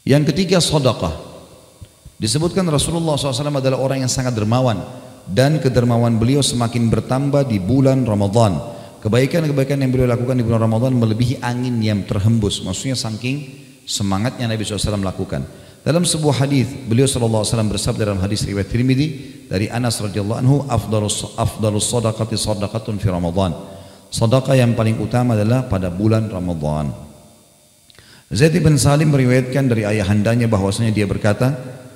Yang ketiga, sedekah. Disebutkan Rasulullah SAW adalah orang yang sangat dermawan, dan kedermawan beliau semakin bertambah di bulan Ramadan. Kebaikan-kebaikan yang beliau lakukan di bulan Ramadan melebihi angin yang terhembus. Maksudnya saking semangatnya Nabi SAW lakukan. Dalam sebuah hadis beliau SAW bersabda dalam hadis riwayat Tirmidzi dari Anas radhiyallahu anhu, afdalus sadaqati sadaqatun fi Ramadan. Sedekah yang paling utama adalah pada bulan Ramadan. Zaid bin Salim meriwayatkan dari ayahandanya bahwasanya dia berkata,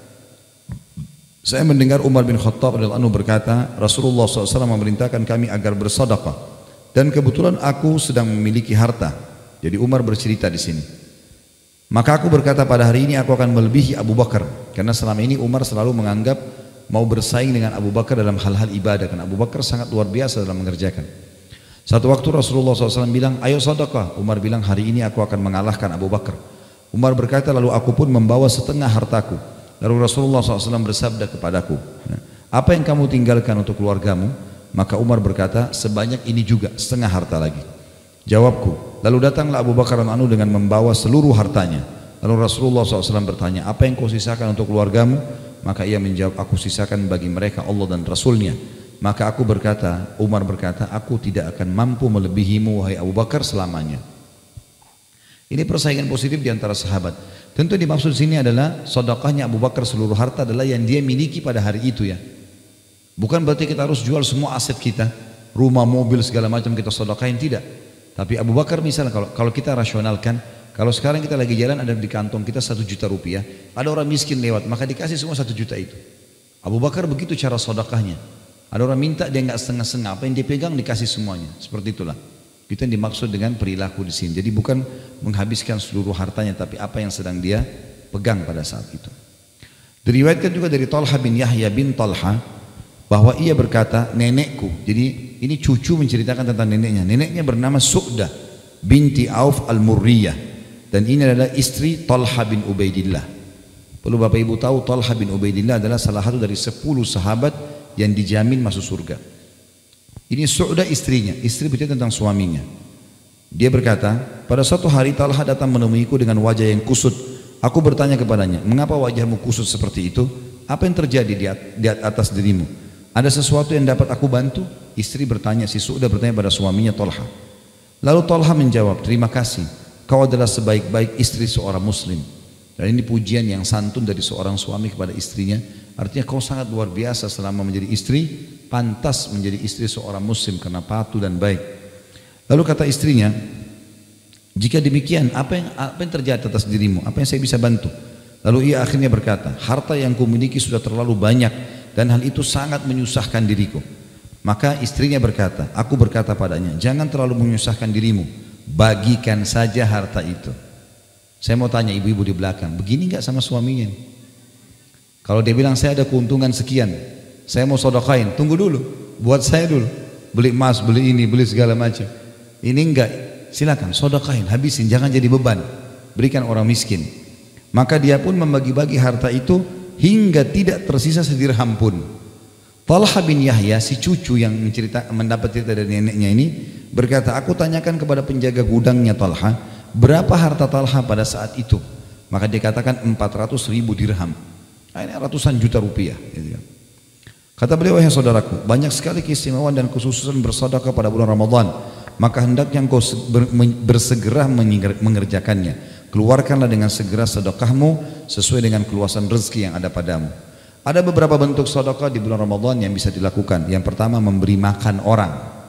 saya mendengar Umar bin Khattab radhiyallahu anhu berkata, Rasulullah SAW memerintahkan kami agar bersedekah, dan kebetulan aku sedang memiliki harta. Jadi Umar bercerita di sini. Maka aku berkata, pada hari ini aku akan melebihi Abu Bakar, karena selama ini Umar selalu menganggap mau bersaing dengan Abu Bakar dalam hal-hal ibadah, karena Abu Bakar sangat luar biasa dalam mengerjakan. Satu waktu Rasulullah SAW bilang, ayo sedekah. Umar bilang, hari ini aku akan mengalahkan Abu Bakar. Umar berkata, lalu aku pun membawa setengah hartaku. Lalu Rasulullah SAW bersabda kepadaku, apa yang kamu tinggalkan untuk keluargamu? Maka Umar berkata, sebanyak ini juga, setengah harta lagi. Jawabku, lalu datanglah Abu Bakar radhiyallahu anhu dengan membawa seluruh hartanya. Lalu Rasulullah SAW bertanya, apa yang kau sisakan untuk keluargamu? Maka ia menjawab, aku sisakan bagi mereka Allah dan Rasulnya. Maka aku berkata, Umar berkata, aku tidak akan mampu melebihimu wahai Abu Bakar selamanya. Ini persaingan positif di antara sahabat. Tentu dimaksud sini adalah sedekahnya Abu Bakar seluruh harta adalah yang dia miliki pada hari itu ya. Bukan berarti kita harus jual semua aset kita, rumah, mobil, segala macam kita sedekahin, tidak. Tapi Abu Bakar misalnya kalau kita rasionalkan, kalau sekarang kita lagi jalan ada di kantong kita 1 juta rupiah, ada orang miskin lewat, maka dikasih semua 1 juta itu. Abu Bakar begitu cara sedekahnya. Ada orang minta dia nggak setengah-setengah, apa yang dia pegang dikasih semuanya. Seperti itulah. Itu yang dimaksud dengan perilaku di sini. Jadi bukan menghabiskan seluruh hartanya, tapi apa yang sedang dia pegang pada saat itu. Diriwayatkan juga dari Talha bin Yahya bin Talha bahwa ia berkata, nenekku. Jadi ini cucu menceritakan tentang neneknya. Neneknya bernama Su'dah binti Auf al-Murriyah, dan ini adalah istri Talha bin Ubaidillah. Perlu Bapak Ibu tahu, Talha bin Ubaidillah adalah salah satu dari 10 sahabat yang dijamin masuk surga. Ini Su'dah istrinya, istri bercerita tentang suaminya. Dia berkata, pada suatu hari Talha datang menemuiku dengan wajah yang kusut. Aku bertanya kepadanya, mengapa wajahmu kusut seperti itu? Apa yang terjadi di atas dirimu? Ada sesuatu yang dapat aku bantu? Istri bertanya, si Su'dah bertanya pada suaminya Talha. Lalu Talha menjawab, terima kasih, kau adalah sebaik-baik istri seorang muslim. Dan ini pujian yang santun dari seorang suami kepada istrinya. Artinya kau sangat luar biasa selama menjadi istri, pantas menjadi istri seorang muslim karena patuh dan baik. Lalu kata istrinya, jika demikian apa yang terjadi atas dirimu? Apa yang saya bisa bantu? Lalu ia akhirnya berkata, harta yang kumiliki sudah terlalu banyak dan hal itu sangat menyusahkan diriku. Maka istrinya berkata, aku berkata padanya, jangan terlalu menyusahkan dirimu, bagikan saja harta itu. Saya mau tanya ibu-ibu di belakang, begini enggak sama suaminya? Kalau dia bilang saya ada keuntungan sekian, saya mau sedekahin, tunggu dulu, buat saya dulu, beli emas, beli ini, beli segala macam. Ini enggak, silakan sedekahin, habisin, jangan jadi beban, berikan orang miskin. Maka dia pun membagi-bagi harta itu hingga tidak tersisa sedirham pun. Talha bin Yahya, si cucu yang mendapat cerita dari neneknya ini, berkata, aku tanyakan kepada penjaga gudangnya Talha, berapa harta Talha pada saat itu? Maka dia katakan 400.000 dirham. Ini ratusan juta rupiah. Kata beliau, wahai saudaraku, banyak sekali keistimewaan dan kekhususan bersedekah pada bulan Ramadan. Maka hendaknya engkau bersegera mengerjakannya. Keluarkanlah dengan segera sedekahmu sesuai dengan keluasan rezeki yang ada padamu. Ada beberapa bentuk sedekah di bulan Ramadan yang bisa dilakukan. Yang pertama, memberi makan orang.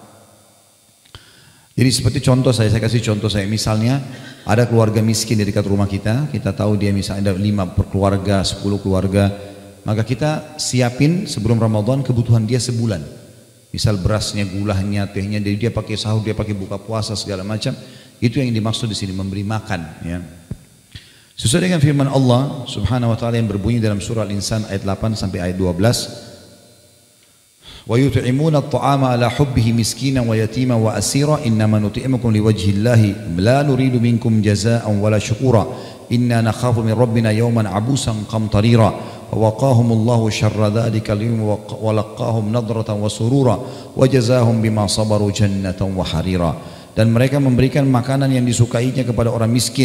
Jadi seperti contoh saya kasih contoh saya. Misalnya ada keluarga miskin di dekat rumah kita tahu dia misalnya ada 5 keluarga, 10 keluarga, maka kita siapin sebelum Ramadan kebutuhan dia sebulan. Misal berasnya, gulanya, tehnya, dia pakai sahur, dia pakai buka puasa segala macam. Itu yang dimaksud di sini, memberi makan. Ya. Sesuai dengan firman Allah Subhanahu Wa Taala yang berbunyi dalam surah Al-Insan ayat 8 sampai ayat 12. وَيُطْعِمُونَ الطَّعَامَ عَلَى حُبِّهِ مِسْكِينًا وَيَتِيمًا وَأَسِيرًا إِنَّمَا نُطْعِمُكُمْ لِوَجْهِ اللَّهِ لَا نُرِيدُ مِنكُمْ جَزَاءً وَلَا شُكُورًا إِنَّا نَخَافُ مِنْ رَبِّنَا يَوْمًا عَبُوسًا قَمْطَرِيرًا وَوَقَاهُمُ اللَّهُ شَرَّ ذَلِكَ الْيَوْمِ وَلَقَّاهُمْ نَضْرَةً وَسُرُورًا وَجَزَاهُمْ بِمَا صَبَرُوا جَنَّةً وَحَرِيرًا. Dan mereka memberikan makanan yang disukainya kepada orang miskin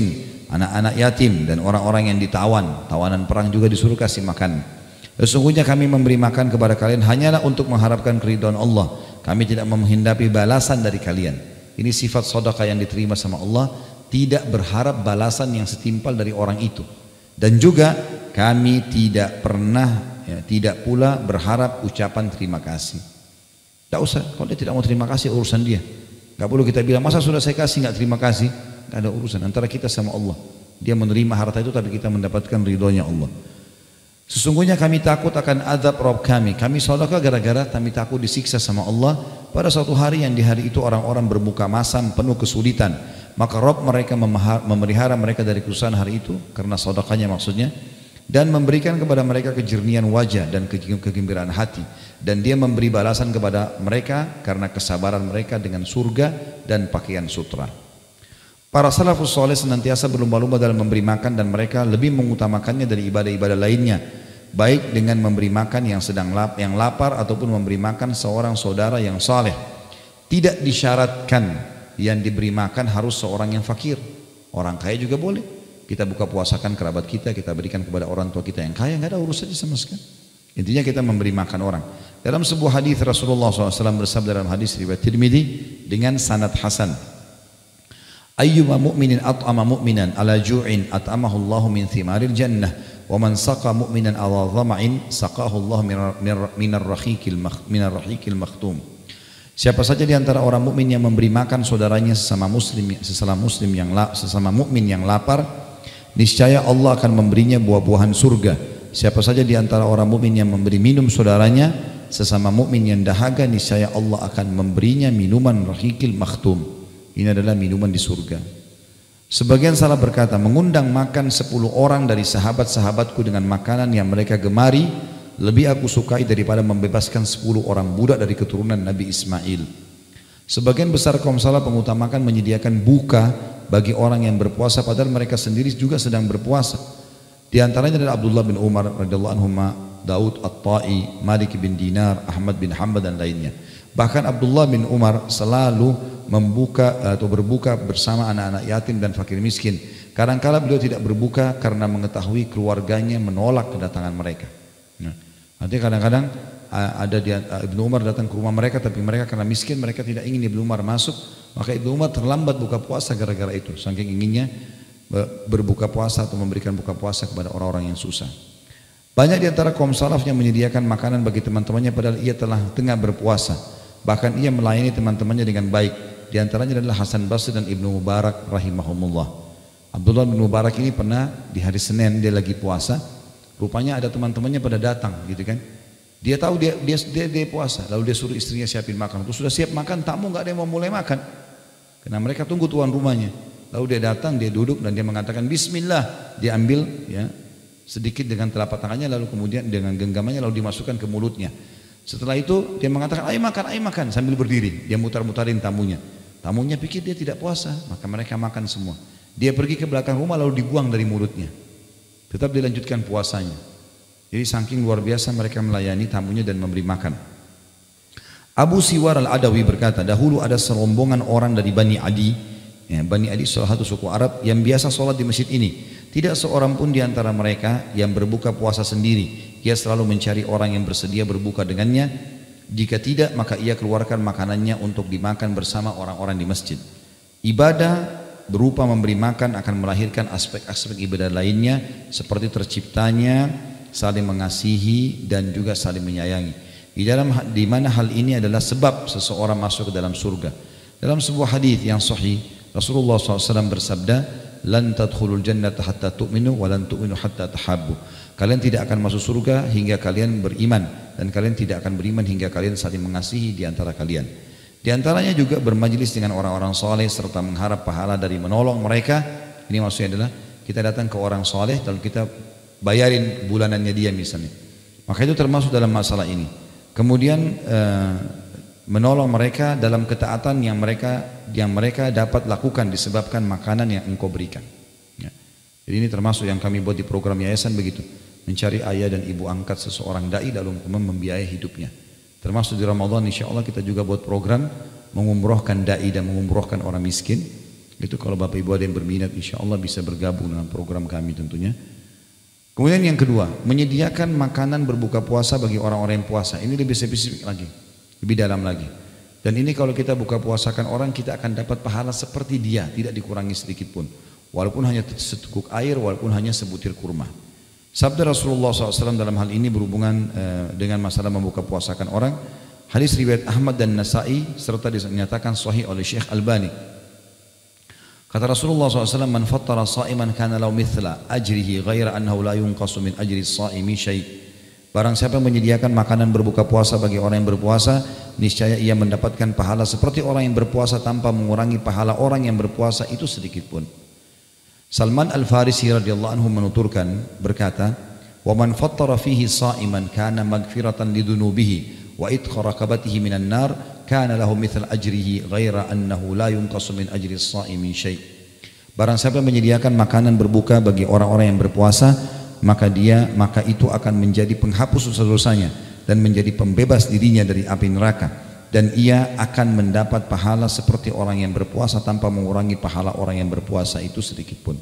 anak-anak yatim dan orang-orang yang ditawan, tawanan perang juga disuruh kasih makan. Sesungguhnya kami memberi makan kepada kalian hanyalah untuk mengharapkan keridhaan Allah. Kami tidak menghendaki balasan dari kalian. Ini sifat sedekah yang diterima sama Allah, tidak berharap balasan yang setimpal dari orang itu. Dan juga kami tidak pernah, tidak pula berharap ucapan terima kasih. Tidak usah, kalau dia tidak mau terima kasih urusan dia. Gak perlu kita bilang, masa sudah saya kasih gak terima kasih? Gak ada urusan antara kita sama Allah. Dia menerima harta itu tapi kita mendapatkan ridhonya Allah. Sesungguhnya kami takut akan azab Rabb kami. Kami sedekah gara-gara kami takut disiksa sama Allah pada suatu hari yang di hari itu orang-orang berbuka masam penuh kesulitan. Maka Rabb mereka memelihara mereka dari kesusahan hari itu karena sedekahnya maksudnya, dan memberikan kepada mereka kejernihan wajah dan kegembiraan hati, dan dia memberi balasan kepada mereka karena kesabaran mereka dengan surga dan pakaian sutra. Para salafus soleh senantiasa berlomba-lomba dalam memberi makan dan mereka lebih mengutamakannya dari ibadah-ibadah lainnya, baik dengan memberi makan yang lapar ataupun memberi makan seorang saudara yang saleh. Tidak disyaratkan yang diberi makan harus seorang yang fakir, orang kaya juga boleh. Kita buka puasakan kerabat kita, kita berikan kepada orang tua kita yang kaya, nggak ada urusannya sama sekali. Intinya kita memberi makan orang. Dalam sebuah hadis Rasulullah SAW bersabda dalam hadis riwayat Tirmidzi dengan sanad hasan, ayyuma mu'minin at'ama mu'minan ala ju'in at'amahu Allah min thimaril jannah wa man saqa mu'minan ala dhama'in saqahu Allah minar rahiqil makhtum. Siapa saja di antara orang mukmin yang memberi makan saudaranya sesama mukmin yang lapar, niscaya Allah akan memberinya buah-buahan surga. Siapa saja di antara orang mukmin yang memberi minum saudaranya sesama mukmin yang dahaga, niscaya Allah akan memberinya minuman rahiqil makhtum. Ini adalah minuman di surga. Sebagian salah berkata, mengundang makan 10 orang dari sahabat-sahabatku dengan makanan yang mereka gemari lebih aku sukai daripada membebaskan 10 orang budak dari keturunan Nabi Ismail. Sebagian besar kaum salaf mengutamakan menyediakan buka bagi orang yang berpuasa padahal mereka sendiri juga sedang berpuasa. Di antaranya adalah Abdullah bin Umar radhiyallahu anhu, Daud At-Tai, Malik bin Dinar, Ahmad bin Hanbal dan lainnya. Bahkan Abdullah bin Umar selalu membuka atau berbuka bersama anak-anak yatim dan fakir miskin. Kadang-kala beliau tidak berbuka karena mengetahui keluarganya menolak kedatangan mereka. Artinya kadang-kadang ada Ibnu Umar datang ke rumah mereka, tapi mereka karena miskin mereka tidak ingin Ibnu Umar masuk, maka Ibnu Umar terlambat buka puasa gara-gara itu, saking inginnya berbuka puasa atau memberikan buka puasa kepada orang-orang yang susah. Banyak di antara kaum salaf yang menyediakan makanan bagi teman-temannya padahal ia telah tengah berpuasa. Bahkan ia melayani teman-temannya dengan baik. Di antaranya adalah Hasan Basri dan Ibnu Mubarak rahimahumullah. Abdullah bin Mubarak ini pernah di hari Senin dia lagi puasa, rupanya ada teman-temannya pada datang gitu kan. Dia tahu dia puasa, lalu dia suruh istrinya siapin makan. Terus sudah siap makan, tamu nggak ada yang mau mulai makan. Karena mereka tunggu tuan rumahnya. Lalu dia datang, dia duduk dan dia mengatakan Bismillah. Dia ambil ya sedikit dengan telapak tangannya, lalu kemudian dengan genggamannya lalu dimasukkan ke mulutnya. Setelah itu dia mengatakan ayo makan sambil berdiri. Dia mutar-mutarin tamunya. Tamunya pikir dia tidak puasa, maka mereka makan semua. Dia pergi ke belakang rumah lalu dibuang dari mulutnya. Tetap dilanjutkan puasanya. Jadi saking luar biasa mereka melayani tamunya dan memberi makan. Abu Siwar al-Adawi berkata, dahulu ada serombongan orang dari Bani Adi. Ya, Bani Adi salah satu suku Arab yang biasa sholat di masjid ini. Tidak seorang pun di antara mereka yang berbuka puasa sendiri. Ia selalu mencari orang yang bersedia berbuka dengannya. Jika tidak, maka ia keluarkan makanannya untuk dimakan bersama orang-orang di masjid. Ibadah berupa memberi makan akan melahirkan aspek-aspek ibadah lainnya seperti terciptanya saling mengasihi dan juga saling menyayangi. Di mana hal ini adalah sebab seseorang masuk ke dalam surga. Dalam sebuah hadis yang sahih, Rasulullah SAW bersabda, "Lan tadkhulul jannata hatta tu'minu wa lan tu'minu hatta tahabbu." Kalian tidak akan masuk surga hingga kalian beriman, dan kalian tidak akan beriman hingga kalian saling mengasihi di antara kalian. Di antaranya juga bermajlis dengan orang-orang soleh serta mengharap pahala dari menolong mereka. Ini maksudnya adalah kita datang ke orang soleh lalu kita bayarin bulanannya dia misalnya. Maka itu termasuk dalam masalah ini. Kemudian menolong mereka dalam ketaatan yang mereka dapat lakukan disebabkan makanan yang engkau berikan. Ya. Jadi ini termasuk yang kami buat di program yayasan begitu. Mencari ayah dan ibu angkat seseorang dai lalu membiayai hidupnya. Termasuk di Ramadan insya Allah kita juga buat program mengumrohkan dai dan mengumrohkan orang miskin. Itu kalau Bapak Ibu ada yang berminat, insya Allah bisa bergabung dengan program kami tentunya. Kemudian yang kedua, menyediakan makanan berbuka puasa bagi orang-orang yang puasa. Ini lebih spesifik lagi, lebih dalam lagi. Dan ini kalau kita buka puasakan orang, kita akan dapat pahala seperti dia, tidak dikurangi sedikit pun. Walaupun hanya seteguk air, walaupun hanya sebutir kurma. Sabda Rasulullah SAW dalam hal ini berhubungan dengan masalah membuka puasakan orang. Hadis riwayat Ahmad dan Nasai serta dinyatakan sahih oleh Syekh Albani. Kata Rasulullah SAW, man fattara sa'iman kana lahu mithla ajrihi ghaira annahu la yunqasu min ajri as-sa'imi syai'. Barang siapa yang menyediakan makanan berbuka puasa bagi orang yang berpuasa, niscaya ia mendapatkan pahala seperti orang yang berpuasa tanpa mengurangi pahala orang yang berpuasa itu sedikit pun. Salman Al-Farisi radhiyallahu anhu menuturkan berkata, wa man fattara fihi sa'iman kana maghfiratan lidunubihi wa idkha raqabatihi minan nar kana lahu mithal ajrihi ghaira annahu la yunqasu min ajri as-sa'imi syai'. Barang siapa yang menyediakan makanan berbuka bagi orang-orang yang berpuasa, maka itu akan menjadi penghapus dosa-dosanya dan menjadi pembebas dirinya dari api neraka, dan ia akan mendapat pahala seperti orang yang berpuasa tanpa mengurangi pahala orang yang berpuasa itu sedikit pun.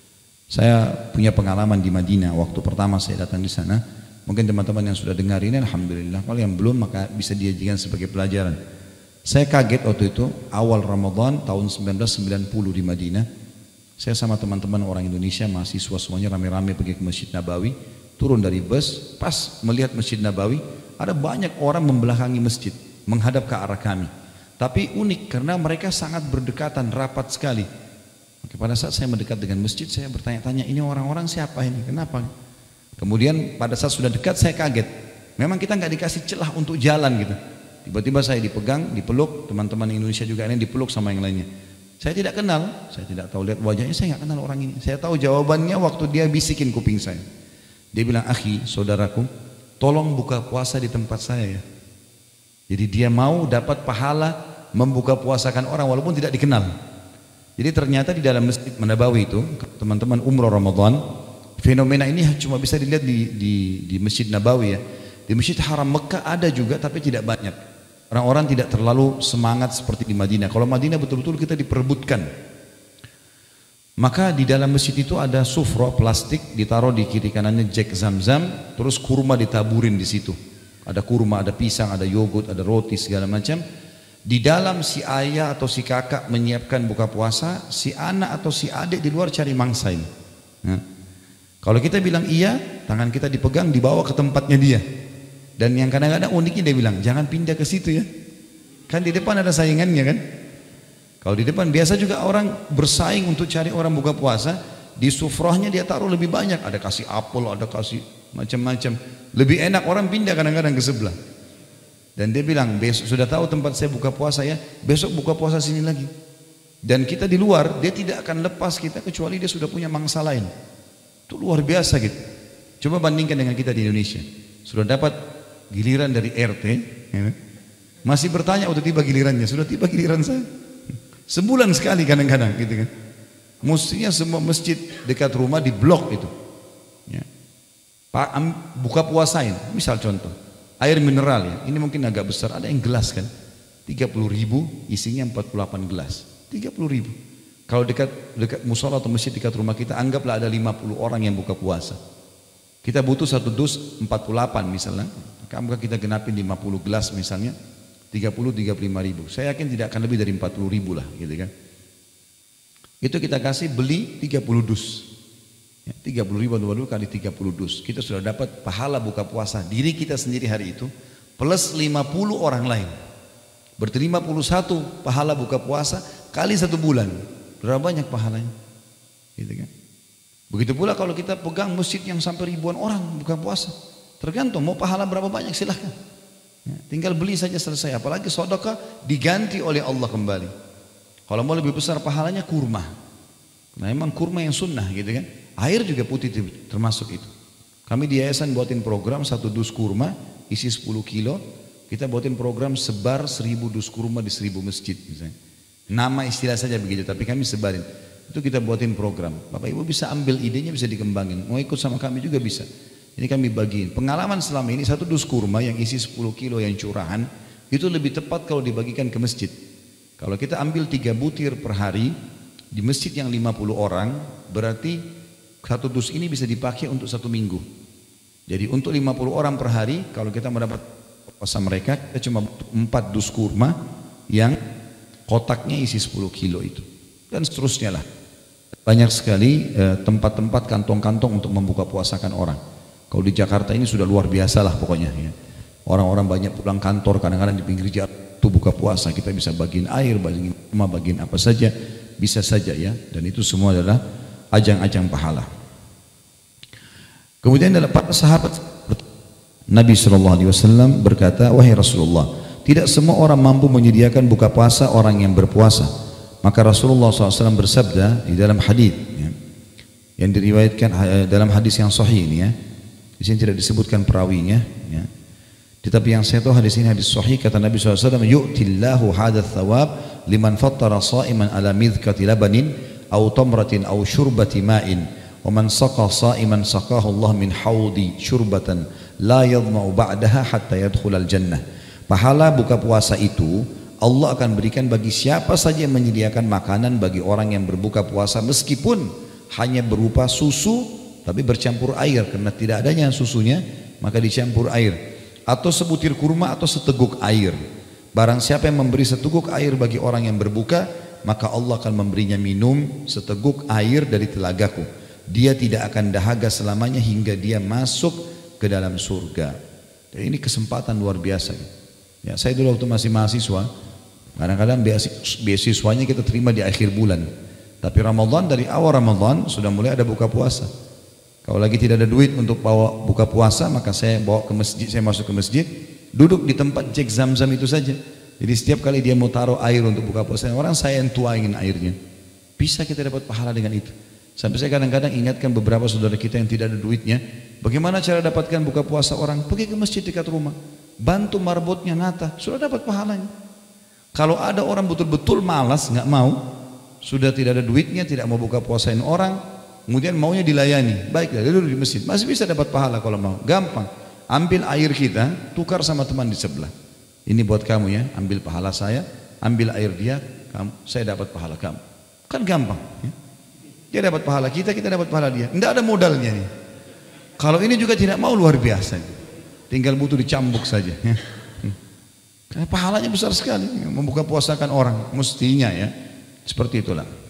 Saya punya pengalaman di Madinah waktu pertama saya datang di sana. Mungkin teman-teman yang sudah dengar ini alhamdulillah, kalau yang belum maka bisa dijadikan sebagai pelajaran. Saya kaget waktu itu awal Ramadan tahun 1990 di Madinah. Saya sama teman-teman orang Indonesia, mahasiswa semuanya rame-rame pergi ke Masjid Nabawi. Turun dari bus, pas melihat Masjid Nabawi, ada banyak orang membelakangi masjid, menghadap ke arah kami. Tapi unik karena mereka sangat berdekatan, rapat sekali. Maka pada saat saya mendekat dengan masjid, saya bertanya-tanya, ini orang-orang siapa ini? Kenapa? Kemudian pada saat sudah dekat saya kaget. Memang kita nggak dikasih celah untuk jalan gitu. Tiba-tiba saya dipegang, dipeluk, teman-teman Indonesia juga ini dipeluk sama yang lainnya. Saya tidak kenal, saya tidak tahu lihat wajahnya, saya nggak kenal orang ini. Saya tahu jawabannya waktu dia bisikin kuping saya. Dia bilang, akhi, saudaraku, tolong buka puasa di tempat saya ya. Jadi dia mau dapat pahala membuka puasakan orang walaupun tidak dikenal. Jadi ternyata di dalam Masjid Nabawi itu, teman-teman umroh Ramadan, fenomena ini cuma bisa dilihat di Masjid Nabawi ya. Di Masjid Haram Mekah ada juga tapi tidak banyak. Orang-orang tidak terlalu semangat seperti di Madinah. Kalau Madinah betul-betul kita diperebutkan. Maka di dalam masjid itu ada sufro plastik ditaruh di kiri kanannya jek zam-zam, terus kurma ditaburin di situ. Ada kurma, ada pisang, ada yogurt, ada roti segala macam. Di dalam si ayah atau si kakak menyiapkan buka puasa, si anak atau si adik di luar cari mangsa ini. Nah, kalau kita bilang iya, tangan kita dipegang dibawa ke tempatnya dia. Dan yang kadang-kadang uniknya dia bilang, jangan pindah ke situ ya. Kan di depan ada saingannya kan. Kalau di depan biasa juga orang bersaing untuk cari orang buka puasa. Di sufrahnya dia taruh lebih banyak. Ada kasih apel, ada kasih macam-macam. Lebih enak orang pindah kadang-kadang ke sebelah. Dan dia bilang, besok sudah tahu tempat saya buka puasa ya, besok buka puasa sini lagi. Dan kita di luar, dia tidak akan lepas kita kecuali dia sudah punya mangsa lain. Itu luar biasa gitu. Coba bandingkan dengan kita di Indonesia. Sudah dapat giliran dari RT ya, masih bertanya udah tiba gilirannya, sudah tiba giliran saya. Sebulan sekali kadang-kadang gitu kan. Mestinya semua masjid dekat rumah diblok itu ya. Pak, buka puasain, misal contoh air mineral ya, ini mungkin agak besar, ada yang gelas kan 30.000 isinya 48 gelas, 30.000. Kalau dekat musola atau masjid dekat rumah kita, anggaplah ada 50 orang yang buka puasa. Kita butuh satu dus 48 misalnya, maka kita genapin 50 gelas misalnya, 30-35 ribu. Saya yakin tidak akan lebih dari 40 ribu lah gitu kan. Itu kita kasih beli 30 dus ya, 30 ribu kali 30 dus. Kita sudah dapat pahala buka puasa diri kita sendiri hari itu plus 50 orang lain. Berarti 51 pahala buka puasa kali 1 bulan. Berapa banyak pahalanya gitu kan. Begitu pula kalau kita pegang masjid yang sampai ribuan orang buka puasa, tergantung mau pahala berapa banyak silahkan ya, tinggal beli saja selesai. Apalagi sedekah diganti oleh Allah kembali. Kalau mau lebih besar pahalanya kurma, nah memang kurma yang sunnah gitu kan. Air juga putih termasuk itu. Kami di yayasan buatin program satu dus kurma isi 10 kilo. Kita buatin program sebar 1000 dus kurma di 1000 masjid misalnya. Nama istilah saja begitu, tapi kami sebarin. Itu kita buatin program. Bapak Ibu bisa ambil idenya, bisa dikembangin. Mau ikut sama kami juga bisa. Ini kami bagiin. Pengalaman selama ini satu dus kurma yang isi 10 kilo yang curahan itu lebih tepat kalau dibagikan ke masjid. Kalau kita ambil 3 butir per hari, Di masjid yang 50 orang, berarti satu dus ini bisa dipakai untuk 1 minggu. Jadi untuk 50 orang per hari, kalau kita mendapat puasa mereka, kita cuma butuh 4 dus kurma yang kotaknya isi 10 kilo itu. Dan seterusnya lah. Banyak sekali tempat-tempat kantong-kantong untuk membuka puasakan orang. Kalau di Jakarta ini sudah luar biasa lah pokoknya. Ya. Orang-orang banyak pulang kantor, kadang-kadang di pinggir jalan itu buka puasa. Kita bisa bagiin air, bagiin rumah, bagiin apa saja. Bisa saja ya. Dan itu semua adalah ajang-ajang pahala. Kemudian dalam para sahabat Nabi SAW berkata, wahai Rasulullah, tidak semua orang mampu menyediakan buka puasa orang yang berpuasa. Maka Rasulullah SAW bersabda di dalam hadis ya, yang diriwayatkan dalam hadis yang sahih ini ya. Di sini tidak disebutkan perawinya ya. Tetapi yang saya tahu hadis ini hadis sahih, kata Nabi SAW, yu'tillahu hadath thawab liman fattara sa'iman ala midhkati labanin au tamratin au syurbati ma'in. وَمَنْ سَقَى صَائِمًا سَقَاهُ اللَّهُ مِنْ حَوْضِ شُرْبَةً لَا يَظْمَأُ بَعْدَهَا حَتَّى يَدْخُلَ الْجَنَّةِ. Pahala buka puasa itu Allah akan berikan bagi siapa saja yang menyediakan makanan bagi orang yang berbuka puasa, meskipun hanya berupa susu tapi bercampur air, karena tidak adanya susunya maka dicampur air, atau sebutir kurma atau seteguk air. Barang siapa yang memberi seteguk air bagi orang yang berbuka, maka Allah akan memberinya minum seteguk air dari telagaku. Dia tidak akan dahaga selamanya hingga dia masuk ke dalam surga. Dan ini kesempatan luar biasa. Ya, saya dulu waktu masih mahasiswa, kadang-kadang beasiswanya kita terima di akhir bulan. Tapi Ramadan, dari awal Ramadan sudah mulai ada buka puasa. Kalau lagi tidak ada duit untuk bawa buka puasa, maka saya bawa ke masjid, saya masuk ke masjid, duduk di tempat cek zam-zam itu saja. Jadi setiap kali dia mau taruh air untuk buka puasa, orang saya yang tuangin airnya. Bisa kita dapat pahala dengan itu. Sampai saya kadang-kadang ingatkan beberapa saudara kita yang tidak ada duitnya, bagaimana cara dapatkan buka puasa orang? Pergi ke masjid dekat rumah, bantu marbotnya nata, sudah dapat pahalanya. Kalau ada orang betul-betul malas, nggak mau, sudah tidak ada duitnya, tidak mau buka puasain orang, kemudian maunya dilayani, baiklah dia duduk di masjid, masih bisa dapat pahala kalau mau. Gampang, ambil air kita, tukar sama teman di sebelah. Ini buat kamu ya, ambil pahala saya, ambil air dia, kamu, saya dapat pahala kamu. Kan gampang. Ya? Dia dapat pahala kita, kita dapat pahala dia. Tidak ada modalnya nih. Kalau ini juga tidak mau, luar biasa. Tinggal butuh dicambuk saja. Ya. Karena pahalanya besar sekali. Membuka puasakan orang, mestinya ya. Seperti itulah.